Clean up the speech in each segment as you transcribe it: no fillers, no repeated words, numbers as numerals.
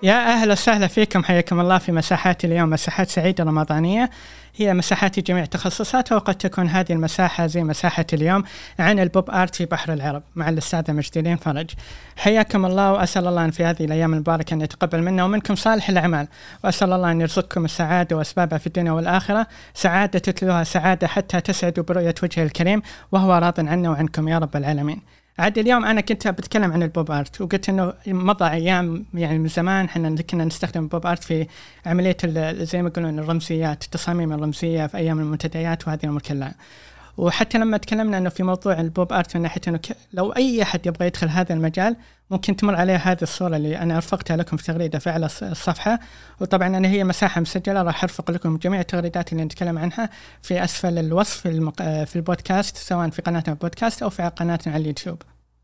يا أهلا وسهلا فيكم، حياكم الله في مساحات اليوم، مساحات سعيدة رمضانية. هي مساحات جميع تخصصاتها، وقد تكون هذه المساحة زي مساحة اليوم عن البوب آرت في بحر العرب مع الأستاذة مجدلين فرج. حياكم الله، وأسأل الله أن في هذه الأيام المباركة أن يتقبل منا ومنكم صالح الأعمال، وأسأل الله أن يرزقكم السعادة وأسبابها في الدنيا والآخرة، سعادة تتلوها سعادة حتى تسعدوا برؤية وجهه الكريم وهو راض عنا وعنكم يا رب العالمين. عاد اليوم أنا كنت بتكلم عن البوب آرت، وقلت إنه مضى أيام يعني من زمان إحنا كنا نستخدم البوب آرت في عملية زي ما يقولون الرمزيات، التصاميم الرمزية في أيام المنتديات وهذه الأمور كلها. وحتى لما تكلمنا إنه في موضوع البوب آرت من ناحية إنه لو أي أحد يبغى يدخل هذا المجال ممكن تمر عليه هذه الصورة اللي أنا أرفقتها لكم في تغريدة في على الصفحة. وطبعا أنا هي مساحة مسجلة، راح أرفق لكم جميع التغريدات اللي نتكلم عنها في أسفل الوصف في البودكاست، سواء في قناتنا البودكاست أو في قناتنا على اليوتيوب.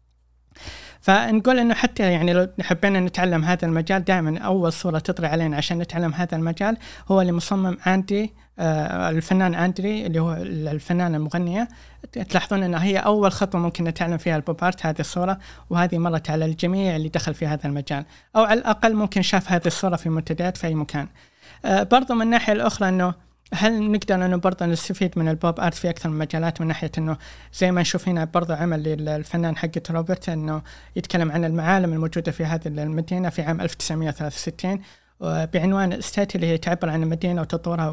فنقول إنه حتى يعني لو حبينا نتعلم هذا المجال، دائما أول صورة تطري علينا عشان نتعلم هذا المجال هو اللي مصمم أندي، الفنان أندري اللي هو الفنانة المغنية. تلاحظون أنها هي أول خطوة ممكن نتعلم فيها البوب آرت، هذه الصورة، وهذه مرت على الجميع اللي دخل في هذا المجال، أو على الأقل ممكن شاف هذه الصورة في منتديات في أي مكان. برضو من الناحية الأخرى أنه هل نقدر أنه برضه نستفيد من البوب آرت في أكثر من مجالات، من ناحية أنه زي ما نشوف هنا برضه عمل للفنان حقة روبرت أنه يتكلم عن المعالم الموجودة في هذه المدينة في عام 1963 بعنوان استات، اللي هي تعبر عن المدينة وتطورها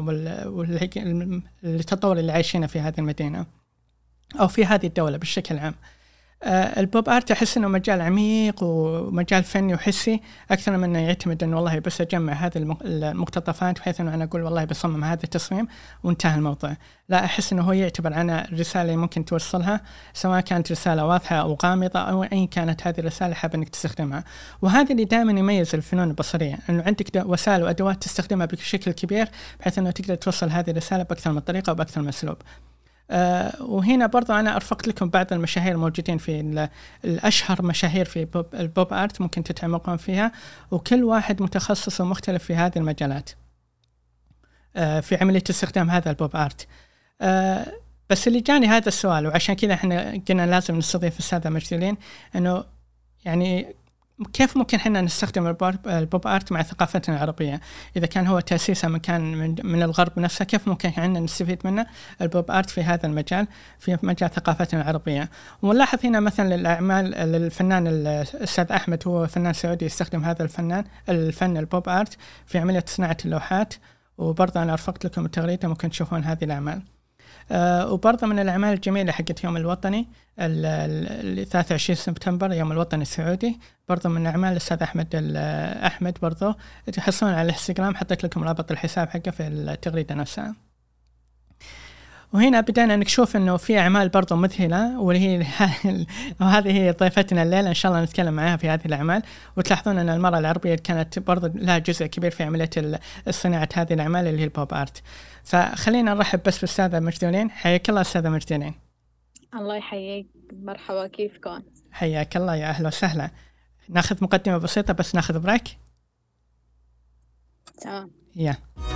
والتطور اللي عايشينه في هذه المدينة أو في هذه الدولة بشكل عام. البوب آرت أحس إنه مجال عميق ومجال فني وحسي أكثر من إنه يعتمد إنه والله بس أجمع هذه المقتطفات بحيث إنه أنا أقول والله بصمم هذا التصميم وانتهى الموضوع. لا، أحس إنه هو يعتبر عن الرسالة ممكن توصلها، سواء كانت رسالة واضحة أو غامضة أو أي كانت هذه الرسالة حاب إنك تستخدمها. وهذا اللي دائما يميز الفنون البصرية، إنه عندك وسائل وأدوات تستخدمها بشكل كبير بحيث إنه تقدر توصل هذه الرسالة بأكثر من طريقة وبأكثر من أسلوب. وهنا برضو أنا أرفقت لكم بعض المشاهير الموجودين في الأشهر مشاهير في البوب آرت ممكن تتعمقون فيها، وكل واحد متخصص ومختلف في هذه المجالات في عملية استخدام هذا البوب آرت. بس اللي جاني هذا السؤال، وعشان كذا احنا قلنا لازم نستضيف السادة مجدلين، إنه يعني كيف ممكن احنا نستخدم البوب آرت مع ثقافتنا العربية؟ إذا كان هو تأسيسه من الغرب نفسه، كيف ممكن احنا نستفيد منه البوب آرت في هذا المجال، في مجال ثقافتنا العربية؟ ونلاحظ هنا مثلا الأعمال للفنان الأستاذ أحمد، هو فنان سعودي يستخدم هذا الفن البوب آرت في عملية صناعة اللوحات. وبرضه أنا أرفقت لكم التغريدة ممكن تشوفون هذه الأعمال. وبرضه من الأعمال الجميلة حقت يوم الوطني 23 سبتمبر يوم الوطني السعودي، برضه من أعمال الأستاذ أحمد برضه تحصلون على الانستغرام، حطيت لكم رابط الحساب حقه في التغريدة نفسها. وهنا بدأنا نشوف إنه في أعمال برضو مذهلة، وهذه هي ضيفتنا الليلة إن شاء الله نتكلم معها في هذه الأعمال. وتلاحظون أن المرأة العربية كانت برضو لها جزء كبير في عملية صناعة هذه الأعمال اللي هي البوب آرت. فخلينا نرحب بس بالأستاذة مجدلين. حياك الله أستاذة مجدلين. الله يحييك، مرحبا، كيفكم؟ حياك الله، يا أهلا وسهلا. ناخذ مقدمة بسيطة بس ناخذ بريك. تمام. يا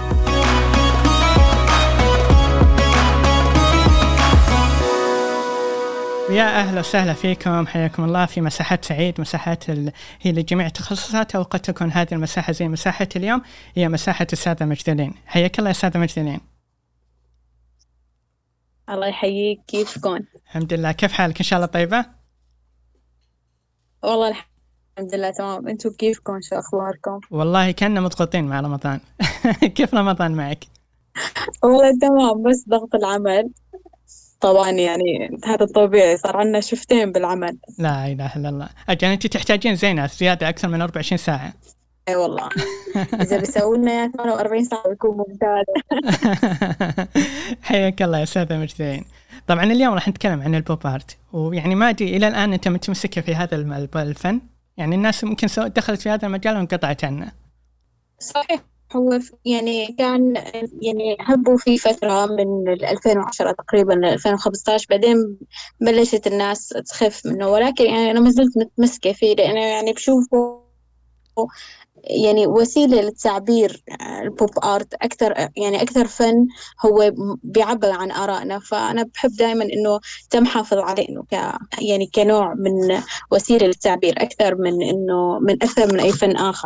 يا أهلا وسهلا فيكم، حياكم الله في مساحات سعيد، مساحات هي لجميع تخصصاتها، وقد تكون هذه المساحة زي مساحة اليوم هي مساحة السادة مجدلين. حياك الله يا سادة مجدلين. الله يحييك، كيفكم؟ الحمد لله، كيف حالك؟ إن شاء الله طيبة؟ والله الحمد لله تمام. أنتوا كيفكم؟ شو أخباركم؟ والله كنا مضغوطين مع رمضان. كيف رمضان معك؟ والله تمام، بس ضغط العمل طبعا، يعني هذا الطبيعي، صار عنا شفتين بالعمل. لا إله إلا الله. أجل أنت تحتاجين زينة زيادة أكثر من 24 ساعة. أي والله. إذا بيسوي لنا 48 ساعة بيكون ممتاز. حياك الله يا سادة مجدلين. طبعا اليوم راح نتكلم عن البوب آرت، ويعني ما أدري إلى الآن أنت متمسكة في هذا الفن، يعني الناس ممكن دخلت في هذا المجال وانقطعت عنه. صحيح، هو يعني كان يعني حبوا في فترة من 2010 تقريبا ل 2015، بعدين بلشت الناس تخف منه، ولكن يعني أنا ما زلت متمسكة فيه، لأنه يعني بشوفه يعني وسيلة للتعبير. البوب آرت أكثر فن هو بيعبر عن آرائنا، فأنا بحب دائما إنه تم حافظ عليه إنه يعني كنوع من وسيلة للتعبير أكثر من أي فن آخر.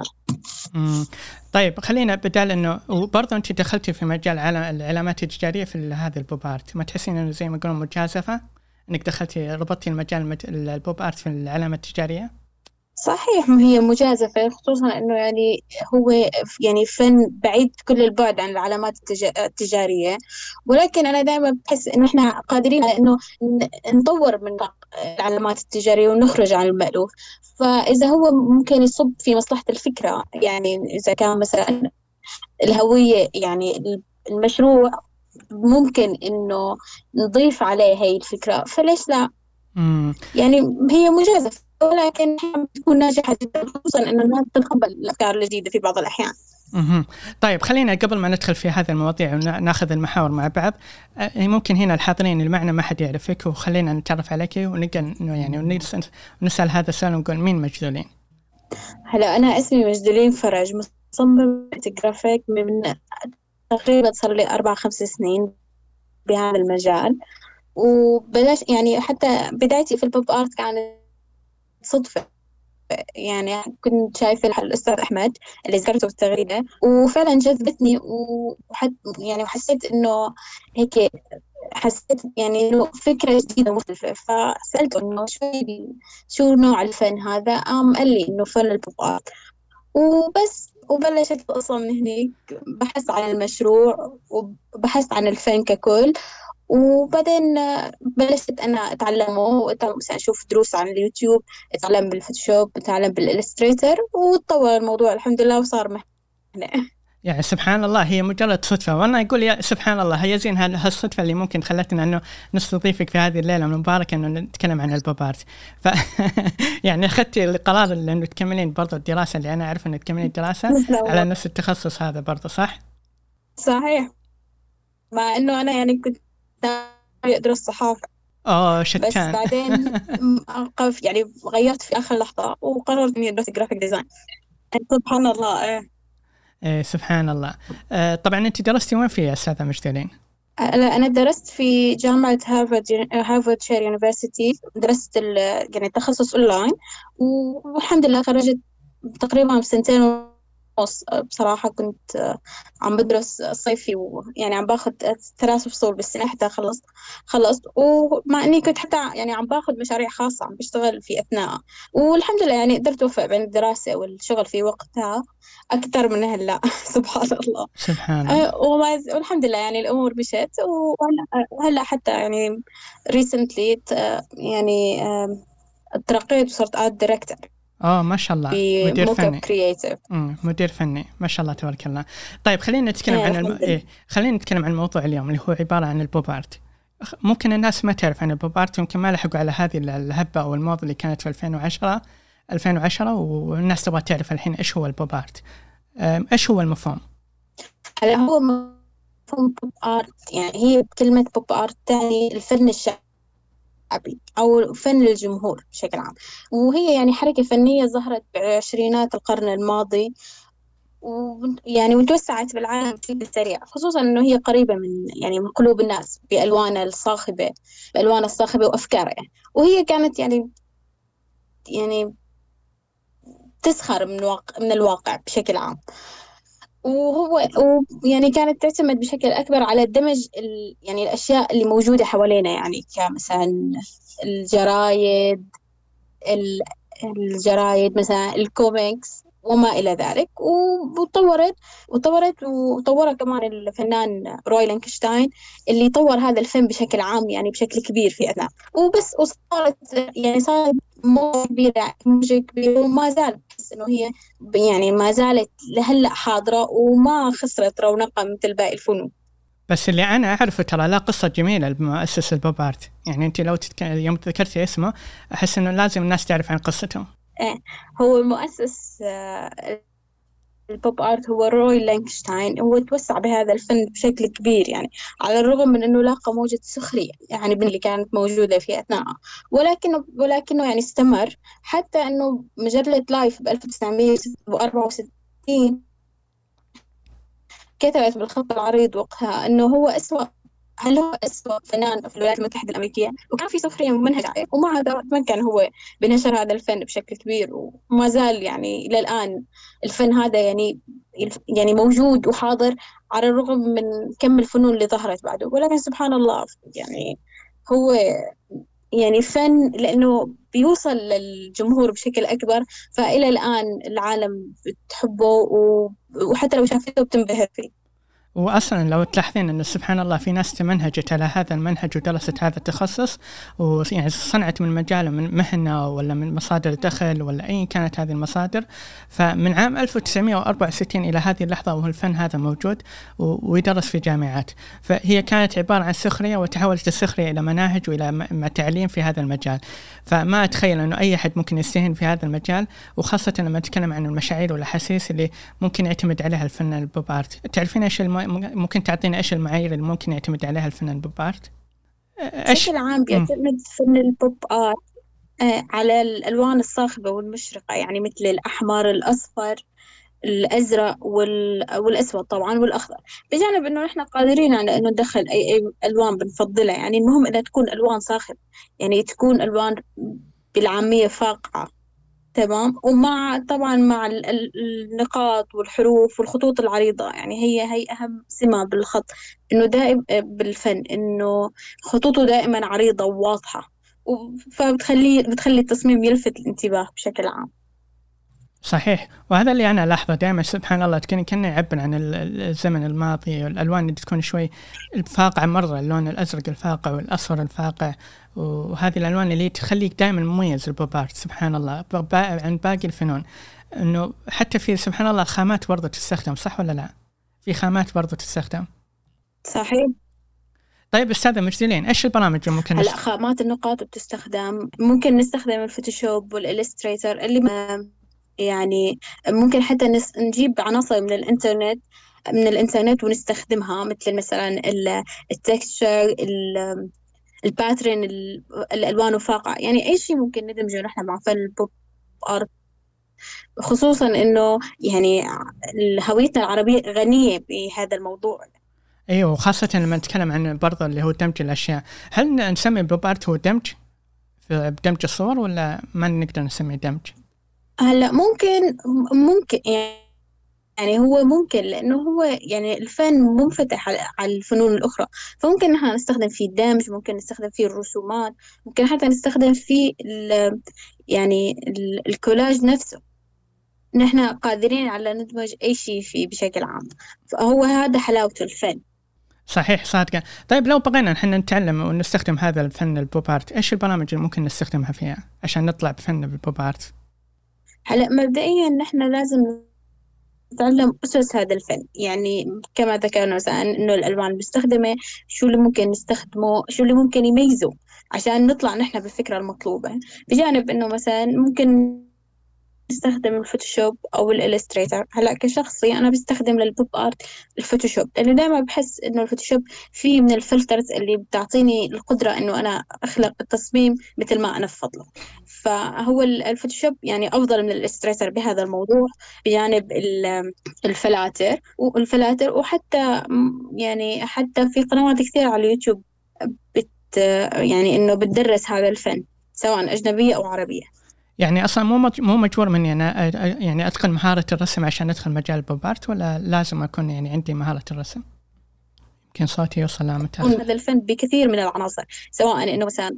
طيب خلينا بدال إنه وبرضه أنت دخلتي في مجال العلامات التجارية في هذا البوب آرت، ما تحسين إنه زي ما يقولون مجازفة إنك دخلتي ربطتي المجال البوب آرت في العلامة التجارية؟ صحيح، هي مجازفة، خصوصا إنه يعني هو يعني فن بعيد كل البعد عن العلامات التجارية، ولكن أنا دائما بحس إنه إحنا قادرين على إنه نطور من العلامات التجارية ونخرج عن المألوف. فإذا هو ممكن يصب في مصلحة الفكرة، يعني إذا كان مثلا الهوية، يعني المشروع ممكن إنه نضيف عليه هاي الفكرة، فليش لا؟ يعني هي مجازفة، ولكن بتكون ناجحة جدا، خصوصا إنه الناس تتقبل الأفكار الجديدة في بعض الأحيان. طيب خلينا قبل ما ندخل في هذه المواضيع وناخذ المحاور مع بعض، ممكن هنا الحاضرين المعنى ما حد يعرفك، وخلينا نتعرف عليك ونقدر يعني ونسأل هذا السؤال ونقول مين مجدولين؟ هلا أنا اسمي مجدولين فرج، مصممة جرافيك من تقريبا صار لي 4-5 سنين بهذا المجال. وبلاش يعني حتى بدايتي في البوب آرت كانت صدفة، يعني كنت شايفة الأستاذ أحمد اللي ذكرته بالتغريدة، وفعلا جذبتني يعني وحسيت إنه هيك، حسيت يعني إنه فكرة جديدة مختلفة، فسألته إنه شو نوع الفن هذا، قال لي إنه فن البوب آرت. وبس، وبلشت القصة من هناك، بحثت عن المشروع وبحثت عن الفن ككل. وبعدين بلشت أنا أتعلمه، مثلا أشوف دروس على اليوتيوب، أتعلم بالفوتوشوب، أتعلم بالإلستريتر، وتطور الموضوع الحمد لله وصار مهنة. يعني سبحان الله، هي مجرد صدفة، وأنا أقول يا سبحان الله، هي زين هالصدفة اللي ممكن خلتنا أنه نستضيفك في هذه الليلة المباركة أنه نتكلم عن البوب آرت. يعني أخذتي القرار أنه تكملين برضو الدراسة، اللي أنا أعرف أنه تكملين الدراسة على نفس التخصص هذا برضو، صح؟ صحيح، مع أنه أنا يعني كنت أدرس صحافة، شتان. بس بعدين يعني غيرت في آخر لحظة وقررت إني أدرس جرافيك ديزاين. سبحان الله. سبحان الله. طبعا أنت درستي وين في يا أستاذة مجدولين؟ أنا درست في جامعة هارفارد شير يونيفرسيتي، درست يعني التخصص أونلاين، والحمد لله خرجت تقريبا بسنتين ونص. بصراحة كنت عم بدرس صيفي، ويعني عم باخد 3 فصول بالسنة حتى خلصت. ومع إني كنت حتى يعني عم باخد مشاريع خاصة عم بشتغل في أثناء، والحمد لله يعني قدرت أوفق بين الدراسة والشغل في وقتها أكثر من هلا. سبحان الله. سبحان الله. والحمد لله يعني الأمور مشت، وهلا حتى يعني recently يعني ترقيت وصرت آرت دايركتور ما شاء الله، مدير بموك اب فني. كرييتيف. مدير فني ما شاء الله تبارك الله. طيب خلينا نتكلم عن خلينا نتكلم عن موضوع اليوم اللي هو عبارة عن البوب آرت. ممكن الناس ما تعرف عن البوب آرت، يمكن ما لحقوا على هذه الهبة أو الموضة اللي كانت في 2010 والناس تبغى تعرف الحين إيش هو البوب آرت. إيش هو المفهوم؟ هلا هو مفهوم بوب آرت، يعني هي كلمة بوب آرت تعني الفن الشعبي أو فن للجمهور بشكل عام، وهي يعني حركة فنية ظهرت بعشرينات القرن الماضي، ويعني وتوسعت بالعالم بشكل سريع، خصوصا إنه هي قريبة من قلوب الناس بألوانها الصاخبة وأفكارها. وهي كانت يعني تسخر من الواقع بشكل عام، يعني كانت تعتمد بشكل أكبر على دمج يعني الأشياء اللي موجودة حوالينا، يعني كمثلا الجرايد ال- الجرايد مثلا الكوميكس وما إلى ذلك. وطورها كمان الفنان روي لانكشتاين، اللي طور هذا الفن بشكل عام يعني بشكل كبير في أثناء. صارت موجة كبيرة وما زال بحس إنه هي يعني ما زالت لهلأ حاضرة وما خسرت رونقها مثل باقي الفنون. بس اللي أنا أعرفه ترى لا قصة جميلة بمؤسس البوب آرت، يعني أنت لو يوم ذكرتي اسمه أحس إنه لازم الناس تعرف عن قصته. هو المؤسس البوب آرت هو روي لانكشتاين. هو توسع بهذا الفن بشكل كبير، يعني على الرغم من أنه لاقى موجة سخرية يعني من اللي كانت موجودة في أثناءها، ولكنه يعني استمر، حتى أنه مجلة لايف ب 1964 كتبت بالخط العريض وقتها أنه هل هو أسوأ فنان في الولايات المتحدة الأمريكية، وكان في سخرية ممنهجة عليه، ومع هذا تمكن هو بنشر هذا الفن بشكل كبير، وما زال يعني إلى الآن الفن هذا يعني موجود وحاضر، على الرغم من كم الفنون اللي ظهرت بعده. ولكن سبحان الله، يعني هو يعني فن لأنه بيوصل للجمهور بشكل أكبر، فإلى الآن العالم بتحبه، وحتى لو شافته بتنبهر فيه. وأصلا لو تلاحظين أنه سبحان الله في ناس تمنهجت على هذا المنهج ودرست هذا التخصص، ويعني صنعت من مجاله من مهنة ولا من مصادر دخل ولا أي كانت هذه المصادر. فمن عام 1964 إلى هذه اللحظة وهو الفن هذا موجود ويدرس في جامعات. فهي كانت عبارة عن سخرية، وتحولت السخرية إلى مناهج وإلى تعليم في هذا المجال. فما أتخيل أنه أي أحد ممكن يستهين في هذا المجال، وخاصة لما نتكلم عن المشاعر والأحاسيس اللي ممكن يعتمد عليها الفن البوب آرت. تعرفين إيش ممكن تعطينا إيش المعايير اللي ممكن يعتمد عليها الفن البوب آرت؟ بشكل عام بيعتمد فن البوب آرت على الألوان الصاخبة والمشرقة، يعني مثل الأحمر، الأصفر، الأزرق والأسود طبعا، والأخضر، بجانب إنه نحن قادرين على إنه ندخل أي ألوان بنفضلها. يعني المهم إنها تكون ألوان صاخبة، يعني تكون ألوان بالعامية فاقعة، تمام، ومع طبعا مع النقاط والحروف والخطوط العريضة. يعني هي أهم سمة بالخط، إنه دائم بالفن إنه خطوطه دائما عريضة وواضحة، بتخلي التصميم يلفت الانتباه بشكل عام. صحيح، وهذا اللي أنا لاحظه دائما سبحان الله، كأنه يعبر عن الزمن الماضي، والألوان اللي تكون شوي الفاقعة مرة، اللون الأزرق الفاقع والأصفر الفاقع، وهذه الألوان اللي تخليك دائما مميز البوب آرت سبحان الله عن باقي الفنون. إنه حتى في سبحان الله الخامات برضو تستخدم، صح ولا لا؟ في خامات برضو تستخدم. صحيح. طيب أستاذة مجدلين، إيش البرامج اللي ممكن هلا خامات النقاط بتستخدم، ممكن نستخدم الفوتوشوب والإليستريتر اللي يعني ممكن حتى نجيب عناصر من الإنترنت ونستخدمها، مثل مثلا التكستشر، الباترن، الألوان وفاقع، يعني أي شيء ممكن ندمجه نحن مع فن البوب آرت، خصوصا إنه يعني هويتنا العربية غنية بهذا الموضوع. ايوه، وخاصة لما نتكلم عن برضه اللي هو دمج الاشياء. هل نسمي البوب ارت هو دمج في دمج الصور، ولا ما نقدر نسميه دمج؟ هلا ممكن يعني هو ممكن، لأنه هو يعني الفن منفتح على الفنون الأخرى، فممكن نحن نستخدم فيه الدمج، ممكن نستخدم فيه الرسومات، ممكن حتى نستخدم فيه يعني الكولاج نفسه. نحن قادرين على ندمج أي شيء فيه بشكل عام، فهو هذا حلاوة الفن. صحيح صادقة. طيب لو بغينا نحن نتعلم ونستخدم هذا الفن البوب ارت، ايش البرامج اللي ممكن نستخدمها فيها عشان نطلع بفن البوب ارت؟ هلا مبدئيا نحن لازم نتعلم أسس هذا الفن، يعني كما ذكرنا مثلا إنه الألوان المستخدمة، شو اللي ممكن نستخدمه، شو اللي ممكن يميزه عشان نطلع نحن بالفكرة المطلوبة. بجانب إنه مثلا ممكن نستخدم الفوتوشوب أو الإليستريتر. هلا كشخصي أنا بستخدم للبوب آرت الفوتوشوب، لأنه دائما بحس إنه الفوتوشوب فيه من الفلترز اللي بتعطيني القدرة إنه أنا أخلق التصميم مثل ما أنا بفضله. فهو الفوتوشوب يعني أفضل من الإليستريتر بهذا الموضوع، بجانب الفلاتر وحتى يعني حتى في قنوات كثير على اليوتيوب بت يعني إنه بتدرس هذا الفن، سواء أجنبية أو عربية. يعني أصلا مو مجبور مني أنا يعني أتقن مهارة الرسم عشان أدخل مجال البوب آرت، ولا لازم أكون يعني عندي مهارة الرسم؟ يمكن صوتي يوصل متأخر. هذا الفن بكثير من العناصر، سواء إنه مثلا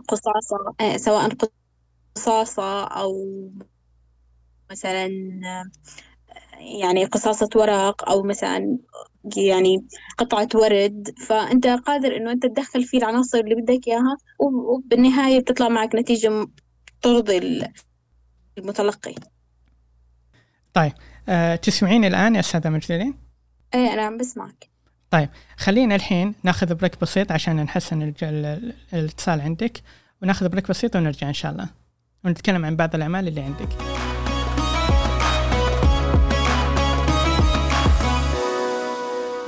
قصاصة أو مثلا يعني قصاصة ورق، أو مثلا يعني قطعة ورد، فأنت قادر إنه أنت تدخل فيه العناصر اللي بدك إياها، وبالنهاية بتطلع معك نتيجة ترضي المتلقي. طيب تسمعيني الآن يا أستاذة مجدلين؟ أي أنا عم بسمعك. طيب خلينا الحين ناخذ بريك بسيط عشان نحسن الاتصال عندك، وناخذ بريك بسيط ونرجع إن شاء الله ونتكلم عن بعض الأعمال اللي عندك.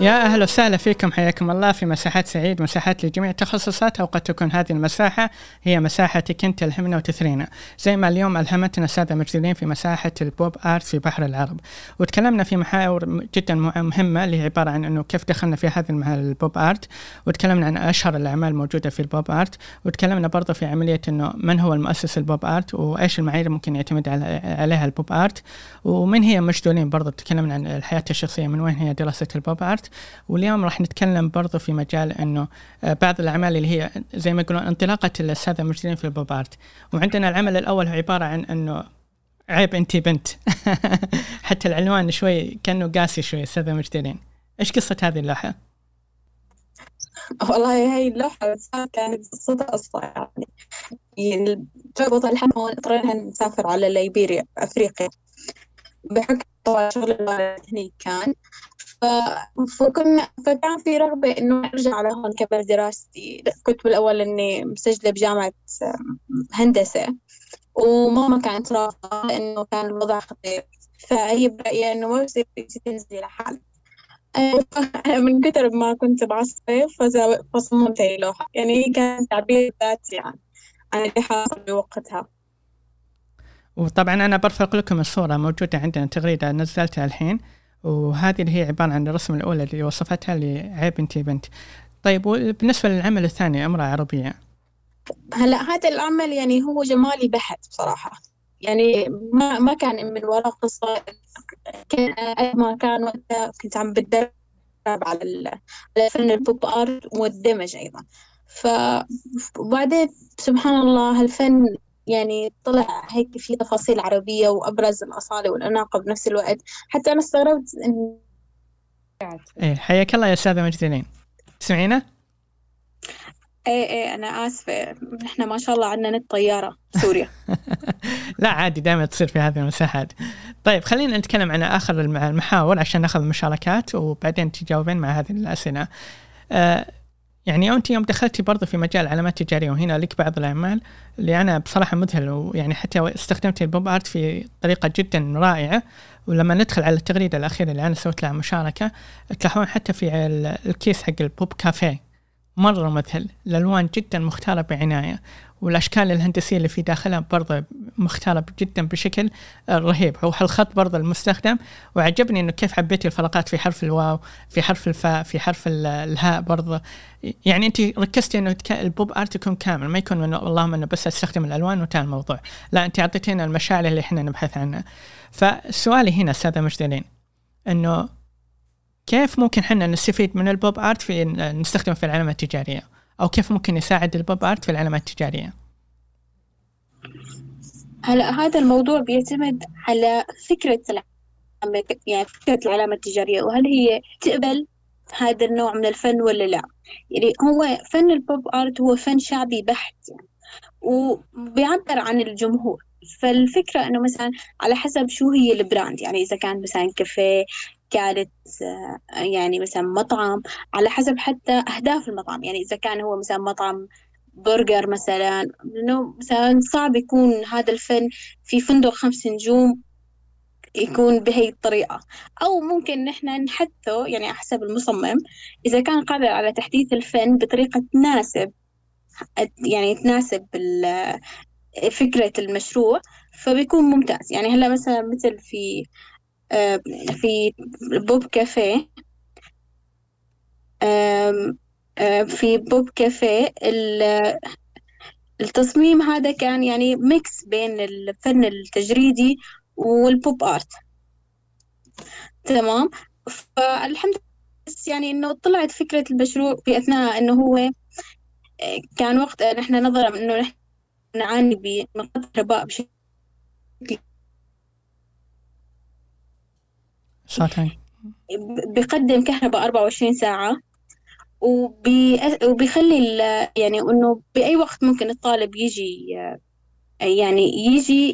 يا أهلا وسهلا فيكم، حياكم الله في مساحات سعيد، مساحات لجميع التخصصات. وقد تكون هذه المساحة هي مساحتك أنت تلهمنا وتثرينا، زي ما اليوم ألهمتنا السادة مجدلين في مساحة البوب آرت في بحر العرب. وتكلمنا في محاور جدا مهمة اللي هي عبارة عن أنه كيف دخلنا في هذا البوب آرت، وتكلمنا عن أشهر الأعمال الموجودة في البوب آرت، وتكلمنا برضه في عملية أنه من هو المؤسس البوب آرت وإيش المعايير ممكن يعتمد عليها البوب آرت، ومن هي مجدولين. برضه تكلمنا عن الحياة الشخصية، من وين هي دراسة البوب آرت. واليوم راح نتكلم برضو في مجال انه بعض الاعمال اللي هي زي ما يقولون انطلاقه الساده المجدلين في البوب ارت. وعندنا العمل الاول هو عباره عن انه عيب انتي بنت. حتى العنوان شوي كانه قاسي شوي، الساده المجدلين. ايش قصه هذه اللوحه؟ والله هاي اللوحة كانت قصتها أصلا يعني ربط الحين هون اضطرينا نسافر على ليبيريا أفريقيا بحكم طبعا شغل الوالد هناك كان. ف... فكان في رغبة إنه أرجع على هون كمل دراستي. كنت بالأول إني مسجلة بجامعة هندسة، وماما كانت رافضة لأنه كان الوضع خطير، فهي برأيي إنه ما بصير تنزلي لحالك. أنا من كتر ما كنت بعصب فصممت هي اللوحة. يعني هي كانت تعبير ذاتي عن اللي حاصل بوقتها. وطبعا انا برفق لكم الصوره موجوده عندنا، تغريده نزلتها الحين، وهذه اللي هي عباره عن الرسم الاولى اللي وصفتها لعيب انتي بنت. طيب وبالنسبه للعمل الثاني، امراه عربيه، هلا هذا العمل يعني هو جمالي بحت بصراحة. يعني ما كان من وراء قصة. كان قد ما كان وقتها كنت عم بتدرب على فن البوب آرت والدمج أيضا. ف وبعدين سبحان الله هالفن يعني طلع هيك في تفاصيل عربية وأبرز الأصالة والأناقة بنفس الوقت. حتى أنا استغربت إن ايه حياك الله يا استاذه مجدلين، تسمعينا؟ إيه أنا آسفة، نحن ما شاء الله عندنا نت طيارة سوريا. لا عادي، دائما تصير في هذه المساحات. طيب خلينا نتكلم عن آخر المحاور عشان ناخذ مشاركات وبعدين تجاوبين مع هذه الأسئلة. يعني أنت يوم دخلتي برضو في مجال علامات تجارية، وهنا لك بعض الأعمال اللي أنا بصراحة مذهل، ويعني حتى استخدمت البوب آرت في طريقة جدا رائعة. ولما ندخل على التغريدة الأخيرة اللي أنا سويت لها مشاركة، تلاحظون حتى في الكيس حق البوب كافيه مرة مذهل، الألوان جدا مختارة بعناية، والأشكال الهندسية اللي في داخلها برضه مختارة جدا بشكل رهيب. هو الخط برضه المستخدم، وعجبني إنه كيف حبيتي الفلقات في حرف الواو، في حرف الفاء، في حرف الهاء برضه. يعني أنت ركزتي إنه البوب آرت يكون كامل، ما يكون إنه اللهم إنه بس أستخدم الألوان وانتهى الموضوع. لا، أنت أعطيتينا المشاعر اللي إحنا نبحث عنها. فسؤالي هنا السادة مجدلين، إنه كيف ممكن حنا نستفيد من البوب آرت في نستخدمه في العلامات التجارية، أو كيف ممكن يساعد البوب آرت في العلامات التجارية؟ هلا هذا الموضوع بيعتمد على فكرة يعني فكرة العلامة التجارية، وهل هي تقبل هذا النوع من الفن ولا لا. يعني هو فن البوب آرت هو فن شعبي بحت يعني، وبيعبر عن الجمهور. فالفكرة إنه مثلا على حسب شو هي البراند، يعني إذا كان مثلا كافيه، كانت يعني مثلا مطعم، على حسب حتى أهداف المطعم. يعني إذا كان هو مثلا مطعم برجر مثلا، إنه مثلا صعب يكون هذا الفن في فندق 5 نجوم يكون بهي الطريقة. أو ممكن نحن نحثه يعني على حسب المصمم، إذا كان قادر على تحديث الفن بطريقة تناسب، يعني تناسب فكرة المشروع، فبيكون ممتاز. يعني هلا مثلا مثل آه، في بوب كافيه، في بوب كافيه التصميم هذا كان يعني ميكس بين الفن التجريدي والبوب آرت. تمام. فالحمد لله بس يعني إنه طلعت فكرة المشروع في أثناء إنه هو كان وقت نحن نظرا إنه نحن نعاني بنقاط كهرباء بشكل صوتين. بيقدم كهرباء 24 ساعة، وبيخلي يعني إنه بأي وقت ممكن الطالب يجي، يعني يجي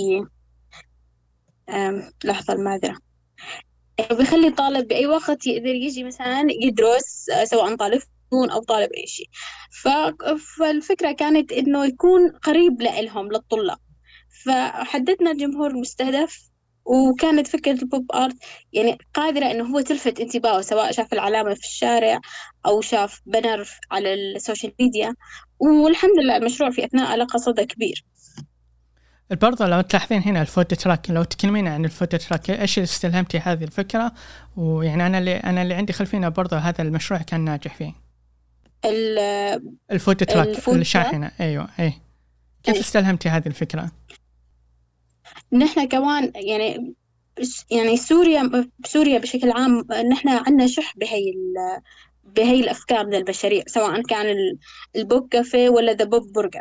لحظة المعذرة، بيخلي الطالب بأي وقت يقدر يجي مثلا يدرس، سواء طالب فنون أو طالب أي شيء. فالفكرة كانت إنه يكون قريب لهم للطلاب. فحددنا الجمهور المستهدف وكانت فكرة البوب آرت يعني قادرة إنه هو تلفت انتباهه، سواء شاف العلامة في الشارع أو شاف بنر على السوشيال ميديا. والحمد لله المشروع في أثناء لقى صدى كبير. برضه لو تلاحظين هنا الفود تراك، لو تكلمين عن الفود تراك ايش اللي استلهمتي هذه الفكرة؟ ويعني انا اللي عندي خلفية برضه هذا المشروع كان ناجح فيه. الفود تراك الفود تراك الشاحنة، ايوه ايه، كيف استلهمتي هذه الفكرة؟ نحن كمان يعني سوريا بشكل عام نحن عندنا شح بهي الأفكار من البشرية، سواء كان البوب كافيه ولا ذا بوب برجر.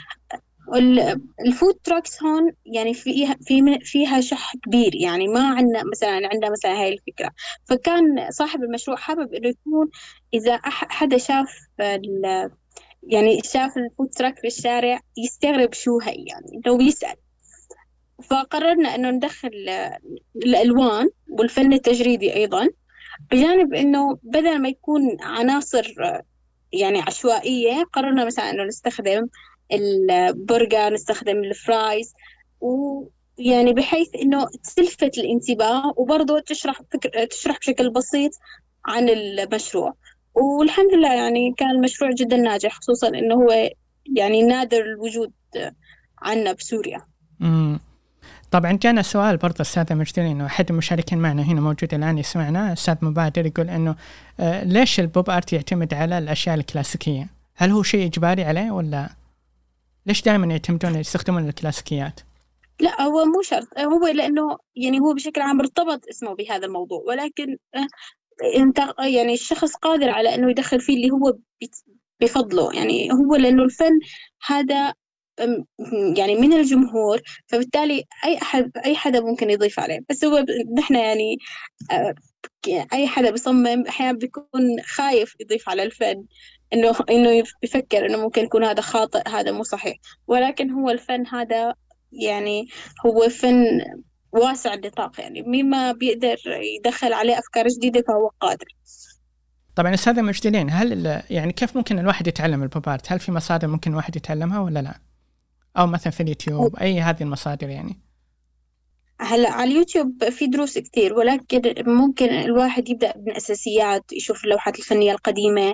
الفود تراكس هون يعني فيها شح كبير، يعني ما عندنا مثلا هاي الفكرة. فكان صاحب المشروع حابب إنه يكون إذا حدا شاف يعني شاف الفود تراك في الشارع يستغرب شو هي، يعني لو بيسأل. فقررنا إنه ندخل الألوان والفن التجريدي أيضا، بجانب إنه بدل ما يكون عناصر يعني عشوائية، قررنا مثلا إنه نستخدم البرجر، نستخدم الفرايز، ويعني بحيث إنه تلفت الانتباه وبرضه تشرح بشكل بسيط عن المشروع. والحمد لله يعني كان المشروع جدا ناجح، خصوصا إنه هو يعني نادر الوجود عنا بسوريا. امم طبعا جانا سؤال برضه السادة مجدرين، انه احد المشاركين معنا هنا موجود الان يسمعنا، استاذ مبادر، يقول انه ليش البوب ارت يعتمد على الاشياء الكلاسيكية؟ هل هو شيء اجباري عليه ولا ليش دائما يستخدمون الكلاسيكيات؟ لا، هو مو شرط، هو لأنه يعني هو بشكل عام ارتبط اسمه بهذا الموضوع، ولكن انت يعني الشخص قادر على انه يدخل فيه اللي هو بفضله، يعني هو لانه الفن هذا أم، يعني من الجمهور، فبالتالي اي حدا ممكن يضيف عليه. بس هو نحن يعني آه، اي حدا بيصمم احيانا بيكون خايف يضيف على الفن، انه بيفكر انه ممكن يكون هذا خاطئ، هذا مو صحيح. ولكن هو الفن هذا يعني هو فن واسع النطاق، يعني مين ما بيقدر يدخل عليه أفكار جديدة فهو قادر. طبعا السادة مجدرين، هل يعني كيف ممكن الواحد يتعلم البوب ارت؟ هل في مصادر ممكن الواحد يتعلمها ولا لا؟ او مثلا في اليوتيوب، اي هذه المصادر يعني؟ هلا على اليوتيوب في دروس كتير، ولكن ممكن الواحد يبدأ من أساسيات، يشوف اللوحات الفنية القديمة،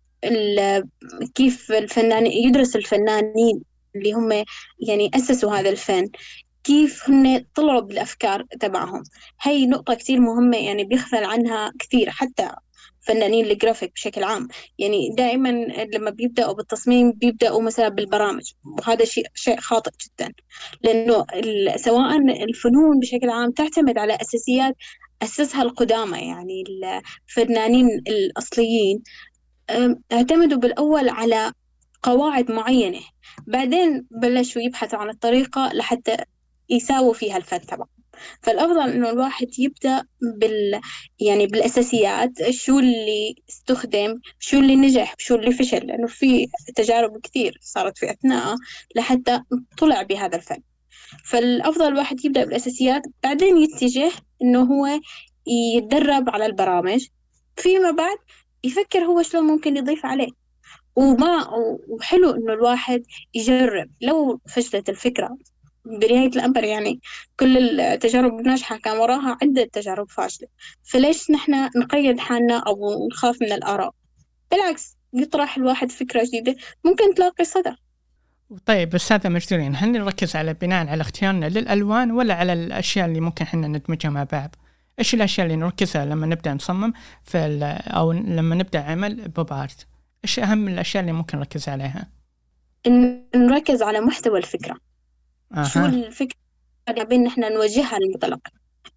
كيف الفنان يدرس الفنانين اللي هم يعني أسسوا هذا الفن، كيف هن طلعوا بالأفكار تبعهم. هاي نقطة كتير مهمة، يعني بيغفل عنها كثير حتى فنانين الجرافيك بشكل عام. يعني دائما لما بيبدأوا بالتصميم بيبدأوا مثلا بالبرامج، وهذا شيء خاطئ جدا، لأنه سواء الفنون بشكل عام تعتمد على أساسيات أسسها القدامى، يعني الفنانين الأصليين اعتمدوا بالأول على قواعد معينة، بعدين بلشوا يبحثوا عن الطريقة لحتى يساووا فيها الفن تبعهم. فالأفضل إنه الواحد يبدأ يعني بالأساسيات، شو اللي استخدم، شو اللي نجح، شو اللي فشل، لأنه في تجارب كثير صارت في أثناء لحتى طلع بهذا الفن. فالأفضل الواحد يبدأ بالأساسيات، بعدين يتجه إنه هو يتدرب على البرامج، فيما بعد يفكر هو شلون ممكن يضيف عليه. وما وحلو إنه الواحد يجرب، لو فشلت الفكرة بنهاية الأمر يعني كل التجارب الناجحة كان وراها عدة تجارب فاشلة، فليش نحن نقيد حالنا أو نخاف من الآراء؟ بالعكس، يطرح الواحد فكرة جديدة ممكن تلاقي صدى. طيب السادة مجدرين، هل نركز على بناء على اختيارنا للألوان ولا على الأشياء اللي ممكن احنا ندمجها مع بعض؟ إيش الأشياء اللي نركزها لما نبدأ نصمم أو لما نبدأ عمل بوب آرت؟ إيش أهم الأشياء اللي ممكن نركز عليها؟ إن نركز على محتوى الفكرة، شو أها. الفكرة اللي حابين نحن نوجهها للمتلقي،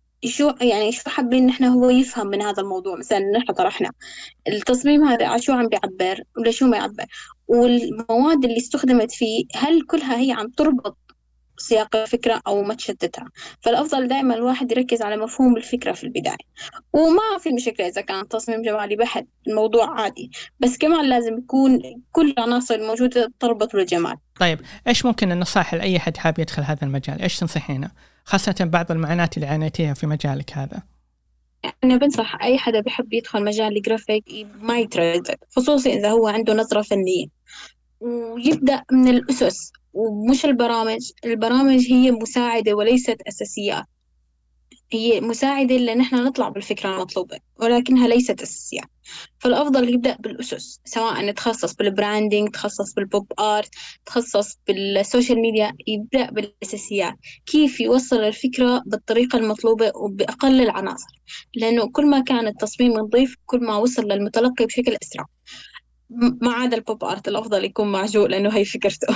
شو حابين نحن هو يفهم من هذا الموضوع. مثلا نحن طرحنا التصميم هذا على شو عم بيعبر ولا شو ما يعبر، والمواد اللي استخدمت فيه هل كلها هي عم تربط سياق الفكرة أو ما تشتتها. فالأفضل دائما الواحد يركز على مفهوم الفكرة في البداية، وما في مشكلة إذا كان تصميم جمالي بحت، الموضوع عادي، بس كمان لازم يكون كل العناصر الموجودة تربط بالجمال. طيب إيش ممكن النصائح لأي حد حاب يدخل هذا المجال؟ إيش تنصحينه؟ خاصة بعض المعاناة اللي عانيتيها في مجالك هذا. أنا بنصح أي حدا بيحب يدخل مجال الجرافيك ما يتردد، خصوصا إذا هو عنده نظرة فنية، ويبدأ من الأسس، ومش البرامج هي مساعدة وليست أساسيات. هي مساعدة لأن احنا نطلع بالفكرة المطلوبة، ولكنها ليست أساسية. فالأفضل يبدأ بالأسس، سواء تخصص بالبراندينج، تخصص بالبوب آرت، تخصص بالسوشيال ميديا. يبدأ بالأساسيات، كيف يوصل الفكرة بالطريقة المطلوبة وبأقل العناصر، لأنه كل ما كان التصميم نظيف كل ما وصل للمتلقي بشكل أسرع. ما عدا البوب آرت الأفضل يكون معجون لأنه هي فكرته.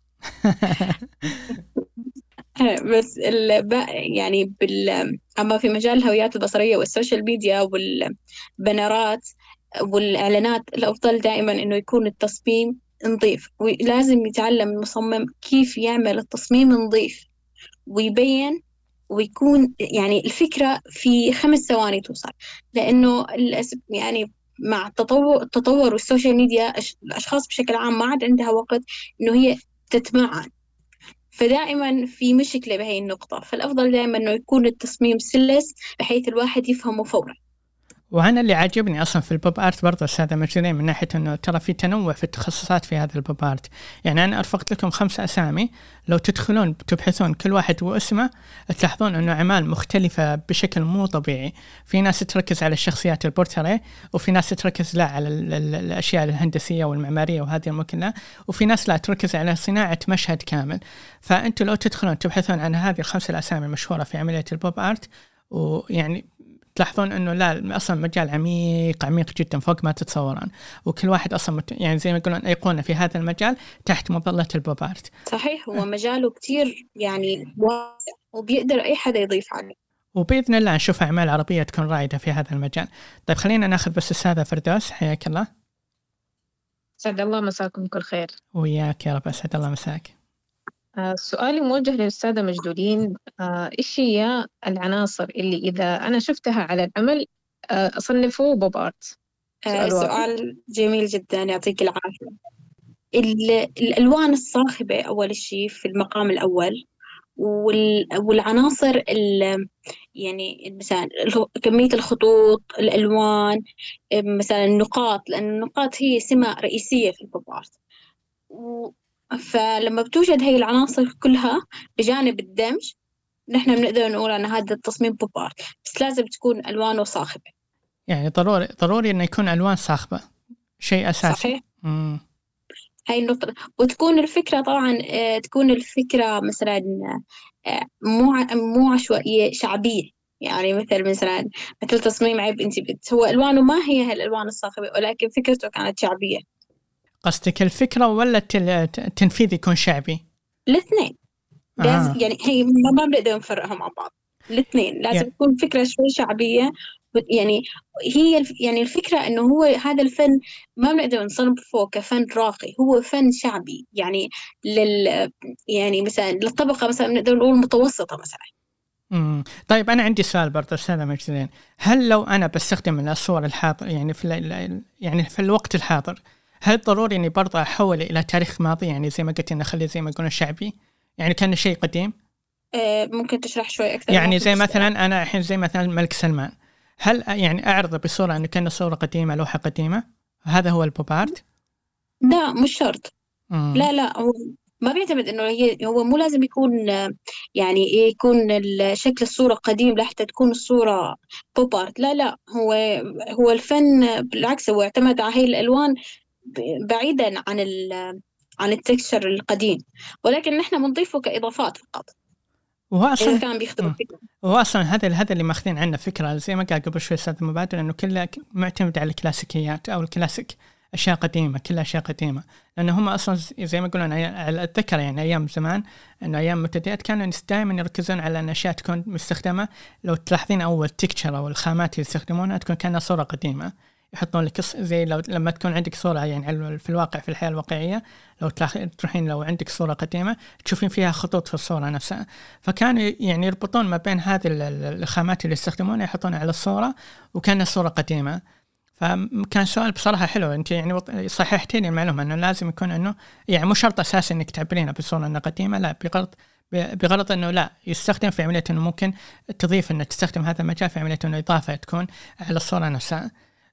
بس يعني أما في مجال الهويات البصرية والسوشيال ميديا والبنرات والإعلانات، الأفضل دائما إنه يكون التصميم نظيف، ولازم يتعلم المصمم كيف يعمل التصميم نظيف ويبين، ويكون يعني الفكرة في 5 ثواني توصل. لأنه يعني مع التطور والسوشيال ميديا، الأشخاص بشكل عام ما عاد عندها وقت إنه هي تتمعن، فدائما في مشكلة بهي النقطة. فالأفضل دائما إنه يكون التصميم سلس بحيث الواحد يفهمه فورا. وأنا اللي عاجبني أصلا في البوب آرت برضه أستاذة مجدين من ناحية أنه ترى في تنوع في التخصصات في هذا البوب آرت. يعني أنا أرفقت لكم 5 أسامي، لو تدخلون تبحثون كل واحد واسمه تلاحظون أنه أعمال مختلفة بشكل مو طبيعي. في ناس تركز على الشخصيات البورتريه، وفي ناس تركز لا على الأشياء الهندسية والمعمارية وهذه الممكن، وفي ناس لا تركز على صناعة مشهد كامل. فأنتوا لو تدخلون تبحثون عن هذه ال5 الأسامي المشهورة في عملية البوب آرت، ويعني تلاحظون انه لا اصلا مجال عميق عميق جدا فوق ما تتصورون، وكل واحد اصلا يعني زي ما يقولون ايقونه في هذا المجال تحت مظله البوب آرت. صحيح، هو مجاله كتير يعني واسع، وبيقدر أي حدا يضيف عليه. وباذن الله نشوف اعمال عربيه تكون رائده في هذا المجال. طيب خلينا ناخذ بس الساده فردوس، حياك الله. سعد الله مساكم كل خير. وياك يا رب، اسعد الله مساك. سؤالي موجه للأستاذة مجدولين. إيش هي العناصر اللي إذا أنا شفتها على العمل أصنفه بوب آرت؟ سؤال واضح. سؤال جميل جدا، يعطيك العافية. الألوان الصاخبة أول شيء في المقام الأول، والعناصر يعني مثلا كمية الخطوط، الألوان، مثلا النقاط، لأن النقاط هي سمة رئيسية في البوب آرت. فلما بتوجد هي العناصر كلها بجانب الدمج، نحن بنقدر نقول أن هذا التصميم بوب آرت، بس لازم تكون ألوانه صاخبة. يعني ضروري انه يكون الوان صاخبه، شيء اساسي. صحيح. هاي النقطة. وتكون الفكرة طبعا تكون الفكرة مثلا مو عشوائية، شعبية. يعني مثلا تصميم عيب انت هو ألوانه ما هي الألوان الصاخبة، ولكن فكرته كانت شعبية. قصدك الفكرة ولا التنفيذ يكون شعبي؟ الاثنين. يعني هي ما بنقدر نفرقهم عن بعض. الاثنين لازم تكون فكرة شوي شعبية. يعني هي يعني الفكرة إنه هو هذا الفن ما بنقدر نصنفه كفن راقي، هو فن شعبي. يعني يعني مثلا للطبقة مثلا بنقدر نقول متوسطة مثلا. طيب أنا عندي سؤال برضه أستاذة مجدين، هل لو أنا بستخدم الصور الحاضر يعني في الوقت الحاضر، هل ضروري إني برضه أحول إلى تاريخ ماضي؟ يعني زي ما قلت إنه خلي زي ما يقولون شعبي، يعني كان شيء قديم. ممكن تشرح شوي أكثر؟ يعني زي مثلا أنا الحين زي مثلا الملك سلمان، هل يعني أعرض بصورة إنه كان صورة قديمة، لوحة قديمة، هذا هو البوب آرت؟ لا مش شرط. لا هو ما بيعتمد انه هو مو لازم يكون يعني يكون شكل الصورة قديم لحتى تكون الصورة بوب آرت. لا هو الفن بالعكس، هو اعتمد على هي الألوان بعيدا عن التكستشر القديم، ولكن نحن بنضيفه كإضافات فقط. وهو أصلاً إذا كان بيخدم الفكرة. وهو أصلاً هذا اللي ماخذين عنه فكرة، زي ما قال قبل شوي أستاذ مبادر، إنه كله معتمد على الكلاسيكيات أو الكلاسيك، أشياء قديمة، كلها أشياء قديمة. لأن هم أصلاً زي ما يقولون على الذكر، يعني أيام زمان، إنه أيام مبتدئات كانوا دائما يركزون على أن أشياء تكون مستخدمة. لو تلاحظين أول تكتشر أو الخامات اللي يستخدمونها تكون كأنها صورة قديمة، يحطون لك زي لما تكون عندك صورة يعني في الواقع في الحياة الواقعية، لو تروحين لو عندك صورة قديمة تشوفين فيها خطوط في الصورة نفسها. فكانوا يعني يربطون ما بين هذه الخامات اللي يستخدمونها يحطونها على الصورة، وكان الصورة قديمة. فكان سؤال بصراحة حلو، أنت يعني صححتيني المعلومة أنه لازم يكون أنه يعني مو شرط أساسي أنك تعبرينها بصورة أنها قديمة، لا، بغرض أنه لا يستخدم في عملية أنه ممكن تضيف أنه تستخدم هذا المجال في عملية أنه إضافة تكون على الصورة نفسها.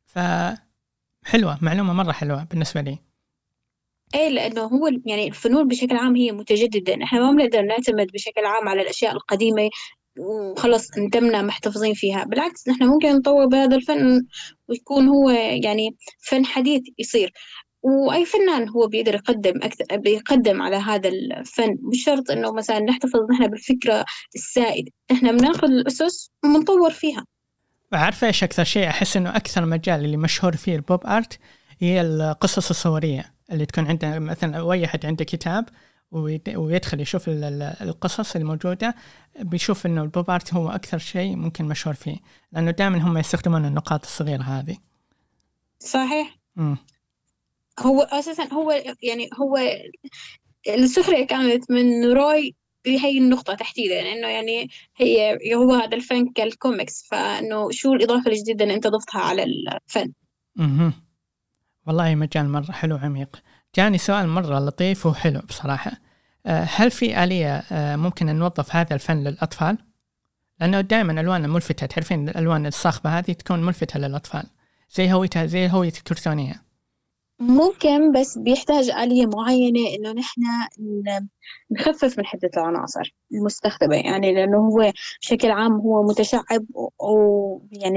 فحلوة، معلومة مرة حلوة بالنسبة لي. ايه، لانه هو يعني الفنون بشكل عام هي متجدده، احنا ما بنقدر نعتمد بشكل عام على الاشياء القديمه وخلص ندمنا محتفظين فيها. بالعكس نحن ممكن نطور بهذا الفن ويكون هو يعني فن حديث يصير، وأي فنان هو بيقدر يقدم أكثر، بيقدم على هذا الفن. مش شرط إنه مثلا نحتفظ نحن بالفكرة السائدة، إحنا بناخذ الأسس وبنطور فيها. وعارفة إيش أكثر شيء أحس إنه أكثر مجال اللي مشهور فيه البوب آرت هي القصص الصورية، اللي تكون عنده مثلا أي أحد عنده كتاب ويدخل يشوف القصص الموجودة، بيشوف إنه البوب آرت هو أكثر شيء ممكن مشهور فيه، لأنه دائما هم يستخدمون النقاط الصغيرة هذه. صحيح. هو أساسا هو يعني هو السخرية كانت من روي بهي النقطة تحديدا، إنه يعني هو هذا الفن كالكوميكس، فإنه شو الإضافة الجديدة اللي أنت ضفتها على الفن. والله مجال مرة حلو عميق. جاني سؤال مرة لطيف وحلو بصراحة، هل في آلية ممكن أن نوظف هذا الفن للأطفال؟ لأنه دائما ألوان ملفتة، تعرفين الألوان الصاخبة هذه تكون ملفتة للأطفال، زي هوية الكرتونية. ممكن، بس بيحتاج آلية معينة إنه نحن نخفف من حدة العناصر المستخدمة، يعني لأنه هو بشكل عام هو متشعب، ويعني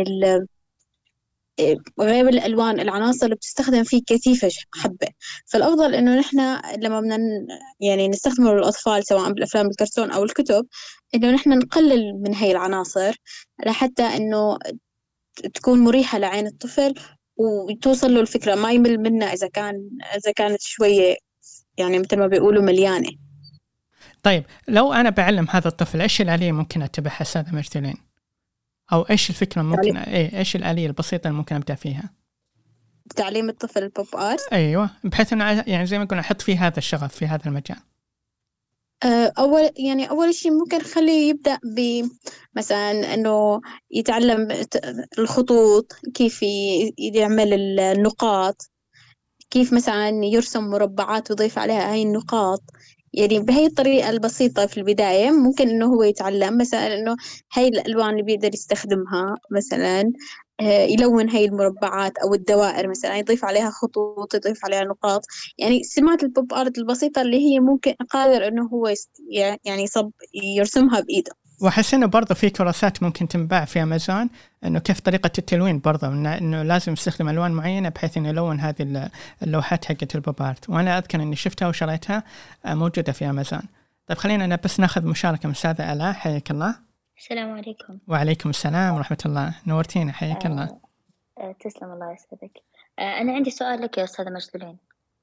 غير الألوان العناصر اللي بتستخدم فيه كثيفة حبة. فالأفضل إنه نحن لما بدنا يعني نستخدمه للأطفال سواء بالأفلام الكرتون أو الكتب، إنه نحن نقلل من هاي العناصر لحتى إنه تكون مريحة لعين الطفل وتوصل له الفكرة، ما يمل منها إذا كانت شوية يعني مثل ما بيقولوا مليانة. طيب لو أنا بعلم هذا الطفل، إيش الآلية ممكن أتبعها أستاذة مرتلين؟ أو إيش الفكرة ممكن إيش الآلية البسيطة اللي ممكن أبدأ فيها؟ تعليم الطفل البوب آرت. أيوة، بحيث أنه يعني زي ما قلنا أحط فيه هذا الشغف في هذا المجال. أول شيء ممكن خليه يبدأ مثلا إنه يتعلم الخطوط، كيف يعمل النقاط، كيف مثلا يرسم مربعات ويضيف عليها هاي النقاط. يعني بهي الطريقة البسيطة في البداية ممكن إنه هو يتعلم مثلا إنه هاي الألوان اللي بيقدر يستخدمها، مثلا يلون هاي المربعات أو الدوائر، مثلا يضيف عليها خطوط، يضيف عليها نقاط. يعني سمات البوب آرت البسيطة اللي هي ممكن قادر إنه هو يعني يرسمها بإيده. وأحس إنه برضه في كورسات ممكن تنباع في أمازون، إنه كيف طريقة التلوين برضه، إنه لازم يستخدم ألوان معينة بحيث إنه يلون هذه اللوحات حقت البوب آرت. وأنا أذكر إني شفتها وشريتها، موجودة في أمازون. طيب خلينا أنا بس ناخذ مشاركة من أستاذة آلاء، حياك الله. السلام عليكم. وعليكم السلام ورحمة الله، نورتينا، حياك الله. تسلم، الله يسعدك. أنا عندي سؤال لك يا أستاذة مجدولين.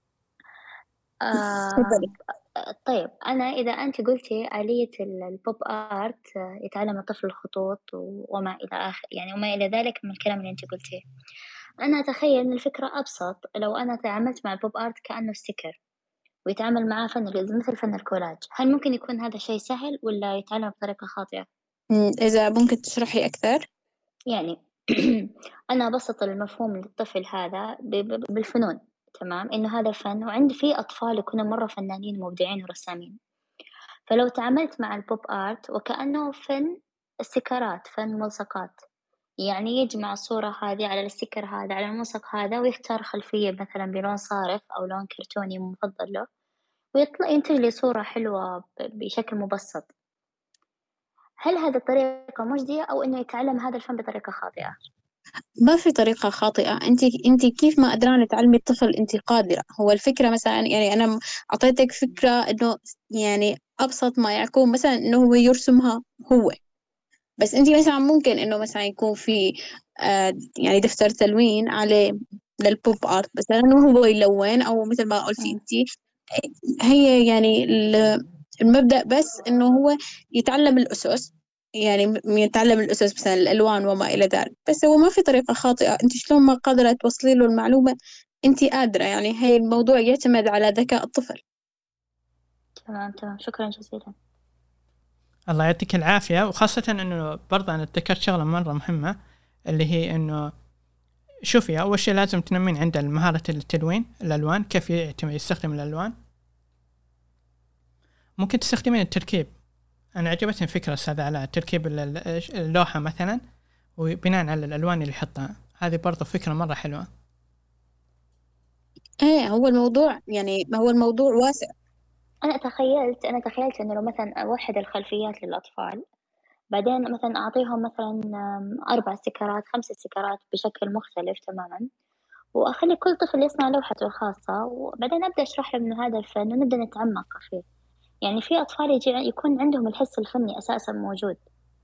طيب أنا إذا أنت قلتي آلية البوب آرت يتعلم الطفل الخطوط وما إلى آخر، يعني وما إلى ذلك من الكلام اللي أنت قلتيه، أنا أتخيل أن الفكرة أبسط لو أنا تعاملت مع البوب آرت كأنه ستيكر ويتعامل معاه فن مثل فن الكولاج. هل ممكن يكون هذا شيء سهل ولا يتعلم بطريقة خاطئة؟ إذا ممكن تشرحي أكثر. يعني أنا أبسط المفهوم للطفل هذا بالفنون، تمام، إنه هذا فن، وعندي فيه أطفال يكونوا مرة فنانين ومبدعين ورسامين. فلو تعاملت مع البوب آرت وكأنه فن استيكرات، فن ملصقات، يعني يجمع الصورة هذه على الستيكر هذا على الملصق هذا ويختار خلفية مثلا بلون صارخ أو لون كرتوني مفضل له، ويطلع ينتج لي صورة حلوة بشكل مبسط. هل هذه الطريقة مجدية أو إنه يتعلم هذا الفن بطريقة خاطئة؟ ما في طريقة خاطئة. أنت كيف ما قدرانة تعلمي الطفل أنت قادرة. هو الفكرة مثلا يعني أنا أعطيتك فكرة إنه يعني أبسط ما يكون مثلا إنه هو يرسمها هو. بس أنت مثلا ممكن إنه مثلا يكون في يعني دفتر تلوين عليه للبوب آرت مثلا وهو يلون، أو مثل ما قلتي أنت. هي يعني المبدأ بس إنه هو يتعلم الأسس، يعني يتعلم الأسس مثلا الألوان وما إلى ذلك. بس هو ما في طريقة خاطئة، أنت شلون ما قادرة توصلي له المعلومة أنت قادرة. يعني هي الموضوع يعتمد على ذكاء الطفل. تمام، شكرا جزيلا. الله يعطيك العافية. وخاصة أنه برضه أنا ذكرت شغلة مرة مهمة، اللي هي أنه شوفي، أول شيء لازم تنمين عنده مهارة التلوين، الألوان، كيف يستخدم الألوان. ممكن تستخدمين التركيب. أنا عجبتني فكرة أستاذ علاء، تركيب اللوحة مثلا وبناء على الألوان اللي يحطها، هذه برضه فكرة مرة حلوة. إيه، هو الموضوع يعني ما هو الموضوع واسع. أنا تخيلت إنه لو مثلا أوحد الخلفيات للأطفال، بعدين مثلا أعطيهم مثلا 4 استيكرات 5 استيكرات بشكل مختلف تماما، وأخلي كل طفل يصنع لوحته الخاصة، وبعدين أبدأ أشرح له من هذا الفن ونبدأ نتعمق فيه. يعني في أطفال يكون عندهم الحس الفني أساسا موجود،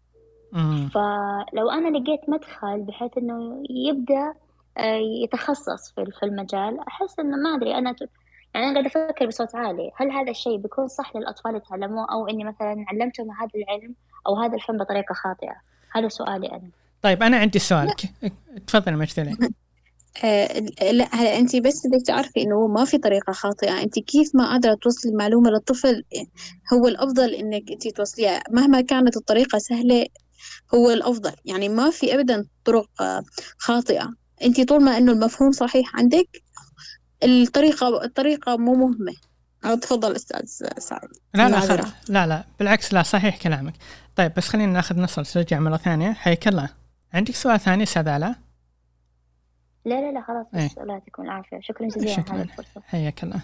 فلو أنا لقيت مدخل بحيث إنه يبدأ يتخصص في المجال، أحس إنه ما أدري يعني أنا قاعدة أفكر بصوت عالي، هل هذا الشيء بيكون صح للأطفال يتعلموه، أو إني مثلا علمتهم هذا العلم أو هذا الفن بطريقة خاطئة؟ هذا سؤالي أنا. طيب أنا عندي سؤالك، تفضل مجدلين. لا، هلا انت بس بدك تعرفي انه ما في طريقه خاطئه. انت كيف ما قادره توصلي المعلومه للطفل، هو الافضل انك انت توصليها مهما كانت الطريقه سهله، هو الافضل. يعني ما في ابدا طرق خاطئه. انت طول ما انه المفهوم صحيح عندك، الطريقه مو مهمه. تفضل استاذ سعد. لا بالعكس، لا صحيح كلامك. طيب بس خلينا ناخذ نصر ترجع مرة ثانية. حياك الله، عندك سؤال ثاني أستاذ علاء؟ لا خلاص بس لا تكون العافية. شكرا جزيلا على هذه الفرصة. حياك الله.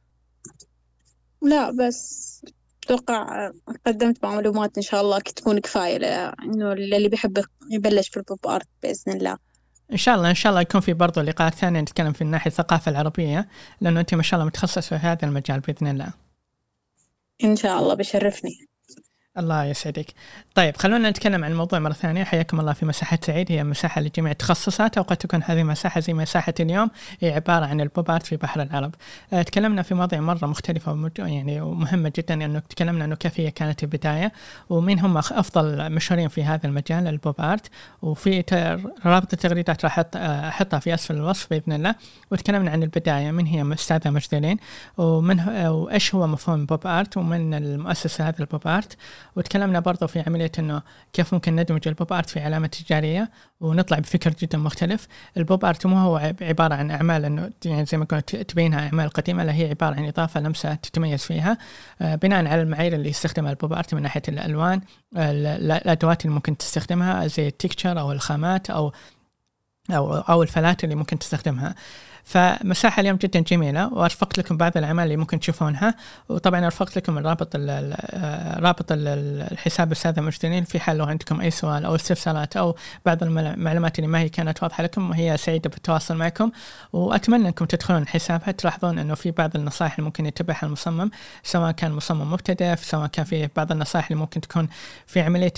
لا بس أتوقع قدمت معلومات إن شاء الله تكون كفاية إنه اللي بيحب يبلش في البوب آرت بإذن الله. إن شاء الله يكون في برضو لقاءات ثانية نتكلم في الناحية الثقافة العربية، لأنه أنت ما شاء الله متخصص في هذا المجال بإذن الله. إن شاء الله بشرفني. الله يسعدك. طيب خلونا نتكلم عن الموضوع مرة ثانية. حياكم الله في مساحة سعيد. هي مساحة لجميع التخصصات، أو قد تكون هذه مساحة زي مساحة اليوم هي عبارة عن البوب آرت في بحر العرب. تكلمنا في مواضيع مرة مختلفة يعني ومهمة جدا، أنه تكلمنا أنه كيف هي كانت البداية، ومين هم أفضل مشهورين في هذا المجال البوب آرت، وفي رابط التغريدات راح أحطها في أسفل الوصف بإذن الله. وتكلمنا عن البداية، من هي أستاذة مجدلين، وإيش هو مفهوم البوب آرت، ومن المؤسسة هذا البوب آرت. وتكلمنا برضو في عملية أنه كيف ممكن ندمج البوب آرت في علامة تجارية ونطلع بفكر جدا مختلف. البوب آرت مو هو عبارة عن أعمال أنه يعني زي ما قلت تبينها أعمال قديمة، لا هي عبارة عن إضافة لمسة تتميز فيها بناء على المعايير اللي يستخدمها البوب آرت من ناحية الألوان، الأدوات اللي ممكن تستخدمها زي التكتشر أو الخامات أو الفلاتر اللي ممكن تستخدمها. فمساحة اليوم جدا جميلة، وأرفقت لكم بعض الأعمال اللي ممكن تشوفونها، وطبعا أرفقت لكم رابط الحساب الأستاذة مجدلين، في حال لو عندكم أي سؤال أو استفسارات أو بعض المعلومات اللي ما هي كانت واضحة لكم، وهي سعيدة بالتواصل معكم. وأتمنى أنكم تدخلون حسابها، تلاحظون أنه في بعض النصائح اللي ممكن يتبعها المصمم، سواء كان مصمم مبتدئ، سواء كان في بعض النصائح اللي ممكن تكون في عملية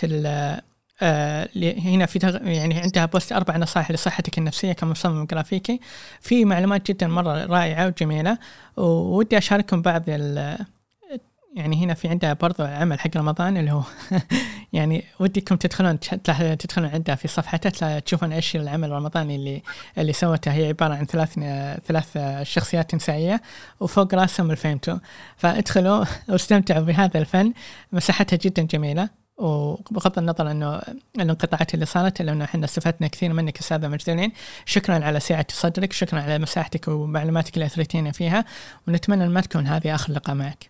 هنا يعني عندها بوست 4 نصائح لصحتك النفسية كمصمم جرافيكي. في معلومات جدا مرة رائعة وجميلة، وودي أشارككم بعض يعني هنا في عندها برضو عمل حق رمضان اللي هو يعني وديكم تدخلون عندها في صفحتها تشوفون ايش العمل الرمضاني اللي سوته. هي عبارة عن ثلاث شخصيات نسائية وفوق راسهم الفيمتو، فادخلوا واستمتعوا بهذا الفن. مساحتها جدا جميلة، وبغض النظر انه الانقطاعات اللي صارت، الا انه احنا استفدنا كثير منك استاذة مجدلين. شكرا على سعة صدرك، شكرا على مساحتك ومعلوماتك اللي اثريتينا فيها، ونتمنى ما تكون هذه اخر لقاء معك.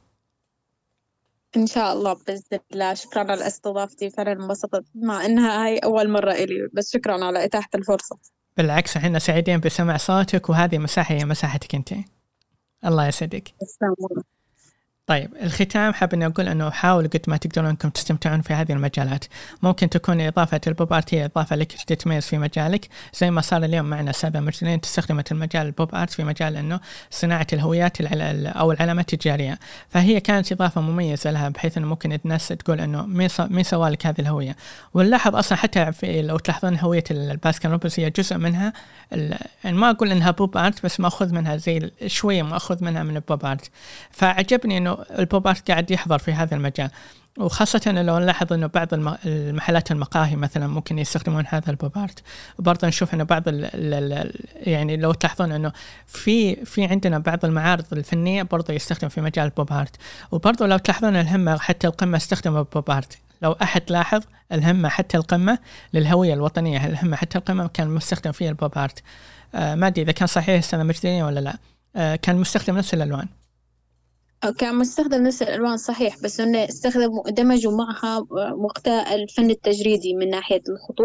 ان شاء الله باذن الله. شكرا على استضافتي، فعلا انبسطت مع انها هاي اول مرة إلي، بس شكرا على اتاحة الفرصة. بالعكس احنا سعيدين بسمع صوتك، وهذه مساحة هي مساحتك انت. الله يسعدك. طيب الختام حاب أن أقول أنه حاولوا قد ما تقدرون أنكم تستمتعون في هذه المجالات. ممكن تكون إضافة البوب آرت هي إضافة لك تتميز في مجالك، زي ما صار اليوم معنا أستاذة مجدلين تستخدمت المجال البوب آرت في مجال أنه صناعة الهويات أو العلامات التجارية، فهي كانت إضافة مميزة لها، بحيث أنه ممكن الناس تقول أنه مين سوالك هذه الهوية. ونلاحظ أصلا حتى لو تلاحظون هوية الباسكن روبنز هي جزء منها، يعني ما أقول أنها بوب آرت، بس مأخذ منها زي شوية مأخذ منها من البوب آرت. فعجبني أنه البوب آرت قاعد يحضر في هذا المجال، وخاصة لو نلاحظ أنه بعض المحلات المقاهي مثلا ممكن يستخدمون هذا البوب آرت. وبرضه نشوف أنه بعض يعني لو تلاحظون أنه في عندنا بعض المعارض الفنية برضه يستخدم في مجال البوب آرت. وبرضه لو تلاحظون الهمة حتى القمة استخدموا البوب آرت. لو أحد لاحظ الهمة حتى القمة للهوية الوطنية، الهمة حتى القمة كان مستخدم فيها البوب آرت. ما أدري إذا كان صحيح السنة مجدلين ولا لا. كان مستخدم نفس الألوان، كان مستخدم نفس الألوان صحيح، بس إنه دمجوا معها مقطع الفن التجريدي من ناحية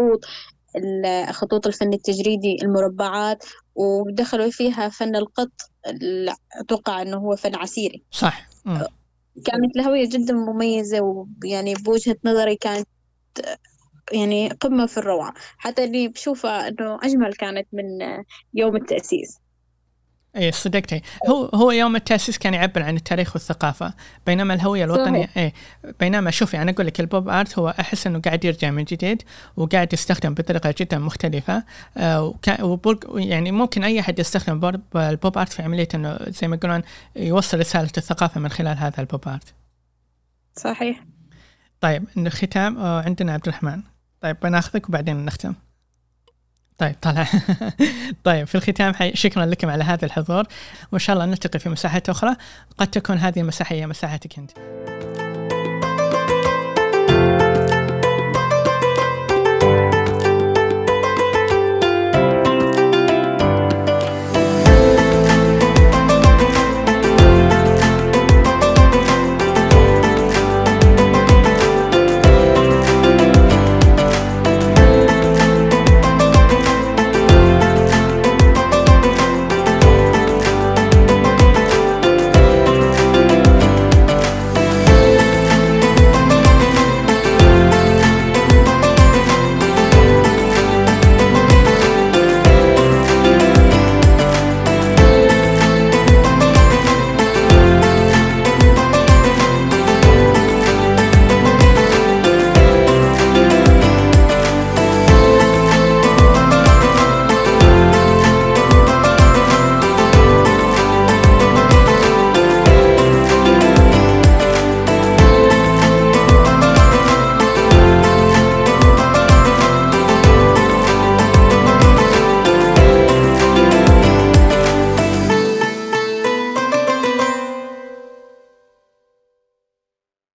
خطوط الفن التجريدي، المربعات، ودخلوا فيها فن القط. أتوقع إنه هو فن عسيري. صح. كانت الهوية جدا مميزة، ويعني بوجهة نظري كانت يعني قمة في الروعة. حتى اللي بشوفها إنه أجمل كانت من يوم التأسيس. ايه صدقتي، هو يوم التأسيس كان يعبر عن التاريخ والثقافة، بينما الهوية الوطنية ايه. بينما شوفي انا اقول لك البوب ارت هو احس انه قاعد يرجع من جديد وقاعد يستخدم بطريقة جدا مختلفة. يعني ممكن اي احد يستخدم البوب ارت في عملية انه زي ما يقولون يوصل رسالة الثقافة من خلال هذا البوب ارت. صحيح. طيب الختام عندنا عبد الرحمن. طيب بناخذك وبعدين نختم. طيب طلع. طيب في الختام شكرا لكم على هذا الحضور، وإن شاء الله نلتقي في مساحات أخرى، قد تكون هذه المساحة هي مساحتك أنت.